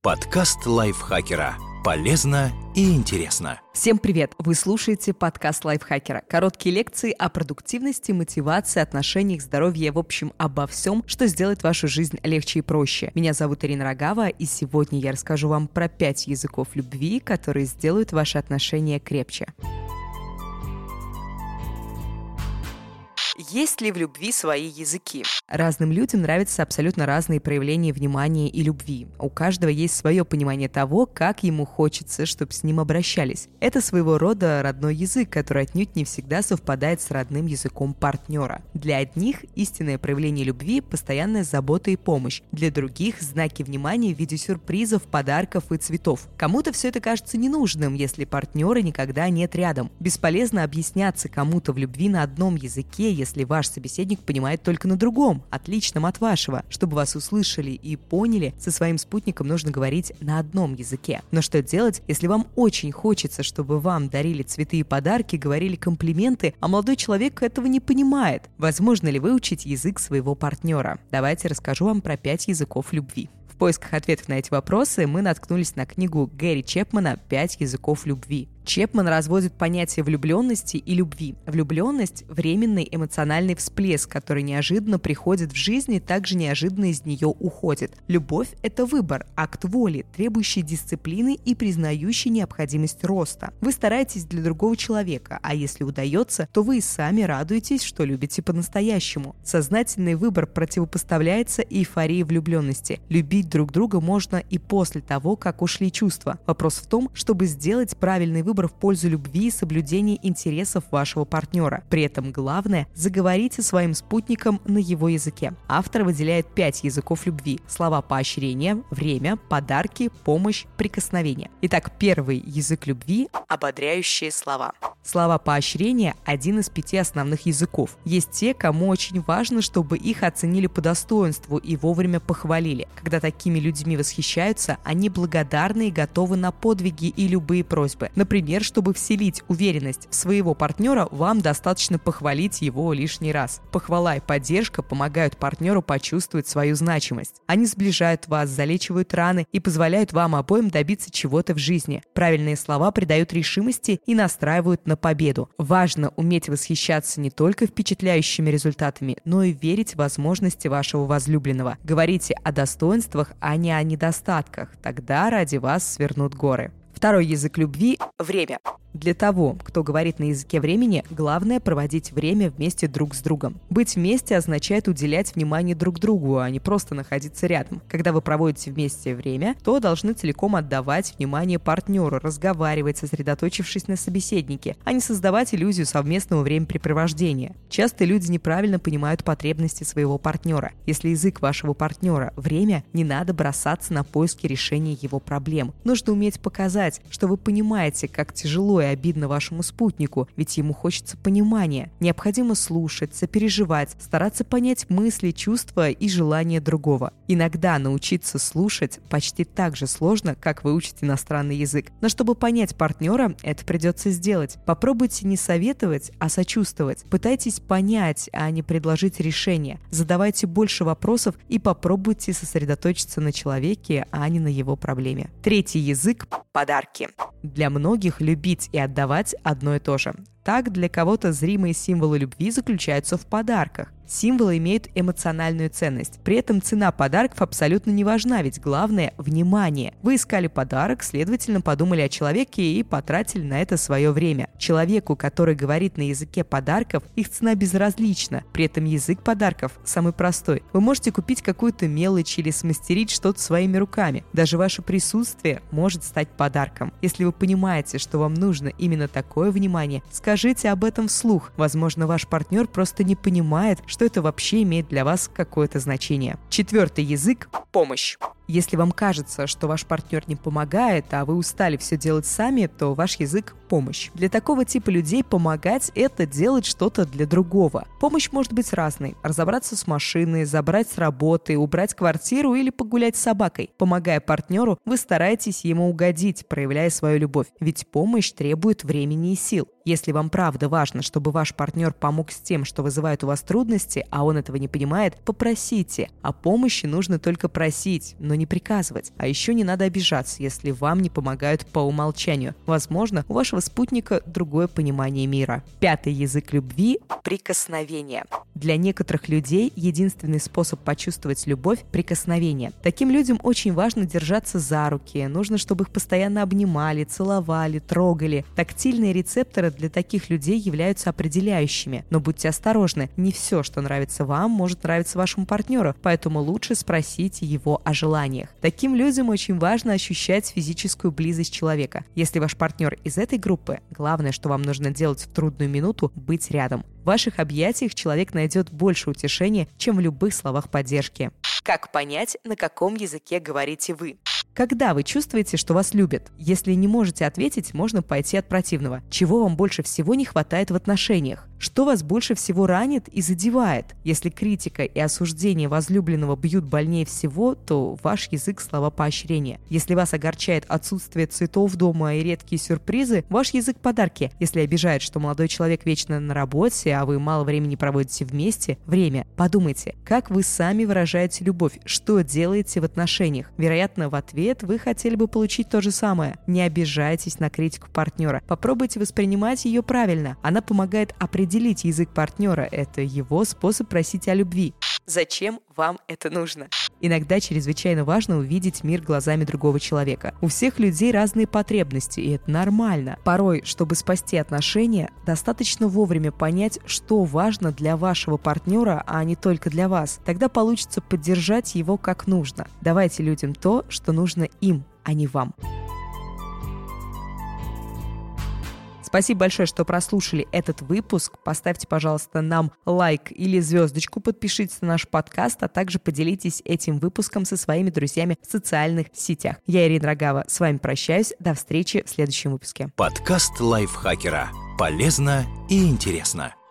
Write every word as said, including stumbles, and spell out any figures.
Подкаст лайфхакера. Полезно и интересно. Всем привет! Вы слушаете подкаст лайфхакера. Короткие лекции о продуктивности, мотивации, отношениях, здоровье, в общем, обо всем, что сделает вашу жизнь легче и проще. Меня зовут Ирина Рогава, и сегодня я расскажу вам про пять языков любви, которые сделают ваши отношения крепче. Есть ли в любви свои языки? Разным людям нравятся абсолютно разные проявления внимания и любви. У каждого есть свое понимание того, как ему хочется, чтобы с ним обращались. Это своего рода родной язык, который отнюдь не всегда совпадает с родным языком партнера. Для одних истинное проявление любви – постоянная забота и помощь. Для других – знаки внимания в виде сюрпризов, подарков и цветов. Кому-то все это кажется ненужным, если партнера никогда нет рядом. Бесполезно объясняться кому-то в любви на одном языке, если ваш собеседник понимает только на другом, отличном от вашего. Чтобы вас услышали и поняли, со своим спутником нужно говорить на одном языке. Но что делать, если вам очень хочется, чтобы вам дарили цветы и подарки, говорили комплименты, а молодой человек этого не понимает? Возможно ли выучить язык своего партнера? Давайте расскажу вам про пять языков любви. В поисках ответов на эти вопросы мы наткнулись на книгу Гэри Чепмана «Пять языков любви». Чепман разводит понятия влюбленности и любви. Влюбленность – временный эмоциональный всплеск, который неожиданно приходит в жизнь и также неожиданно из нее уходит. Любовь – это выбор, акт воли, требующий дисциплины и признающий необходимость роста. Вы стараетесь для другого человека, а если удается, то вы и сами радуетесь, что любите по-настоящему. Сознательный выбор противопоставляется эйфории влюбленности. Любить друг друга можно и после того, как ушли чувства. Вопрос в том, чтобы сделать правильный выбор выбор в пользу любви и соблюдения интересов вашего партнера. При этом главное – заговорите со своим спутником на его языке. Автор выделяет пять языков любви: слова поощрения, время, подарки, помощь, прикосновение. Итак, первый язык любви – ободряющие слова. Слова поощрения – один из пяти основных языков. Есть те, кому очень важно, чтобы их оценили по достоинству и вовремя похвалили. Когда такими людьми восхищаются, они благодарны и готовы на подвиги и любые просьбы. Например, Например, чтобы вселить уверенность в своего партнера, вам достаточно похвалить его лишний раз. Похвала и поддержка помогают партнеру почувствовать свою значимость. Они сближают вас, залечивают раны и позволяют вам обоим добиться чего-то в жизни. Правильные слова придают решимости и настраивают на победу. Важно уметь восхищаться не только впечатляющими результатами, но и верить в возможности вашего возлюбленного. Говорите о достоинствах, а не о недостатках. Тогда ради вас свернут горы. Второй язык любви – время. Для того, кто говорит на языке времени, главное – проводить время вместе друг с другом. Быть вместе означает уделять внимание друг другу, а не просто находиться рядом. Когда вы проводите вместе время, то должны целиком отдавать внимание партнеру, разговаривать, сосредоточившись на собеседнике, а не создавать иллюзию совместного времяпрепровождения. Часто люди неправильно понимают потребности своего партнера. Если язык вашего партнера – время, не надо бросаться на поиски решения его проблем. Нужно уметь показать, что вы понимаете, как тяжело и обидно вашему спутнику, ведь ему хочется понимания. Необходимо слушать, сопереживать, стараться понять мысли, чувства и желания другого. Иногда научиться слушать почти так же сложно, как выучить иностранный язык. Но чтобы понять партнера, это придется сделать. Попробуйте не советовать, а сочувствовать. Пытайтесь понять, а не предложить решение. Задавайте больше вопросов и попробуйте сосредоточиться на человеке, а не на его проблеме. Третий язык – подарки. Для многих любить и отдавать одно и то же. Так, для кого-то зримые символы любви заключаются в подарках. Символы имеют эмоциональную ценность. При этом цена подарков абсолютно не важна, ведь главное – внимание. Вы искали подарок, следовательно, подумали о человеке и потратили на это свое время. Человеку, который говорит на языке подарков, их цена безразлична. При этом язык подарков самый простой. Вы можете купить какую-то мелочь или смастерить что-то своими руками. Даже ваше присутствие может стать подарком. Если вы понимаете, что вам нужно именно такое внимание, скажите об этом вслух. Возможно, ваш партнер просто не понимает, что это вообще имеет для вас какое-то значение. Четвертый язык – помощь. Если вам кажется, что ваш партнер не помогает, а вы устали все делать сами, то ваш язык – помощь. Для такого типа людей помогать – это делать что-то для другого. Помощь может быть разной. Разобраться с машиной, забрать с работы, убрать квартиру или погулять с собакой. Помогая партнеру, вы стараетесь ему угодить, проявляя свою любовь. Ведь помощь требует времени и сил. Если вам правда важно, чтобы ваш партнер помог с тем, что вызывает у вас трудности, а он этого не понимает, попросите. О помощи нужно только просить, но но не приказывать. А еще не надо обижаться, если вам не помогают по умолчанию. Возможно, у вашего спутника другое понимание мира. Пятый язык любви – прикосновение. Для некоторых людей единственный способ почувствовать любовь – прикосновение. Таким людям очень важно держаться за руки, нужно, чтобы их постоянно обнимали, целовали, трогали. Тактильные рецепторы для таких людей являются определяющими. Но будьте осторожны, не все, что нравится вам, может нравиться вашему партнеру, поэтому лучше спросите его о желаниях. Таким людям очень важно ощущать физическую близость человека. Если ваш партнер из этой группы, главное, что вам нужно делать в трудную минуту – быть рядом. В ваших объятиях человек найдет больше утешения, чем в любых словах поддержки. Как понять, на каком языке говорите вы? Когда вы чувствуете, что вас любят? Если не можете ответить, можно пойти от противного. Чего вам больше всего не хватает в отношениях? Что вас больше всего ранит и задевает? Если критика и осуждение возлюбленного бьют больнее всего, то ваш язык – слова поощрения. Если вас огорчает отсутствие цветов дома и редкие сюрпризы, ваш язык – подарки. Если обижает, что молодой человек вечно на работе, а вы мало времени проводите вместе – время. Подумайте, как вы сами выражаете любовь, что делаете в отношениях. Вероятно, в ответ вы хотели бы получить то же самое. Не обижайтесь на критику партнера. Попробуйте воспринимать ее правильно. Она помогает определить язык партнера. Это его способ просить о любви. Зачем вам это нужно? Иногда чрезвычайно важно увидеть мир глазами другого человека. У всех людей разные потребности, и это нормально. Порой, чтобы спасти отношения, достаточно вовремя понять, что важно для вашего партнера, а не только для вас. Тогда получится поддержать его как нужно. Давайте людям то, что нужно им, а не вам. Спасибо большое, что прослушали этот выпуск. Поставьте, пожалуйста, нам лайк или звездочку, подпишитесь на наш подкаст, а также поделитесь этим выпуском со своими друзьями в социальных сетях. Я, Ирина Рогава, с вами прощаюсь. До встречи в следующем выпуске. Подкаст лайфхакера. Полезно и интересно.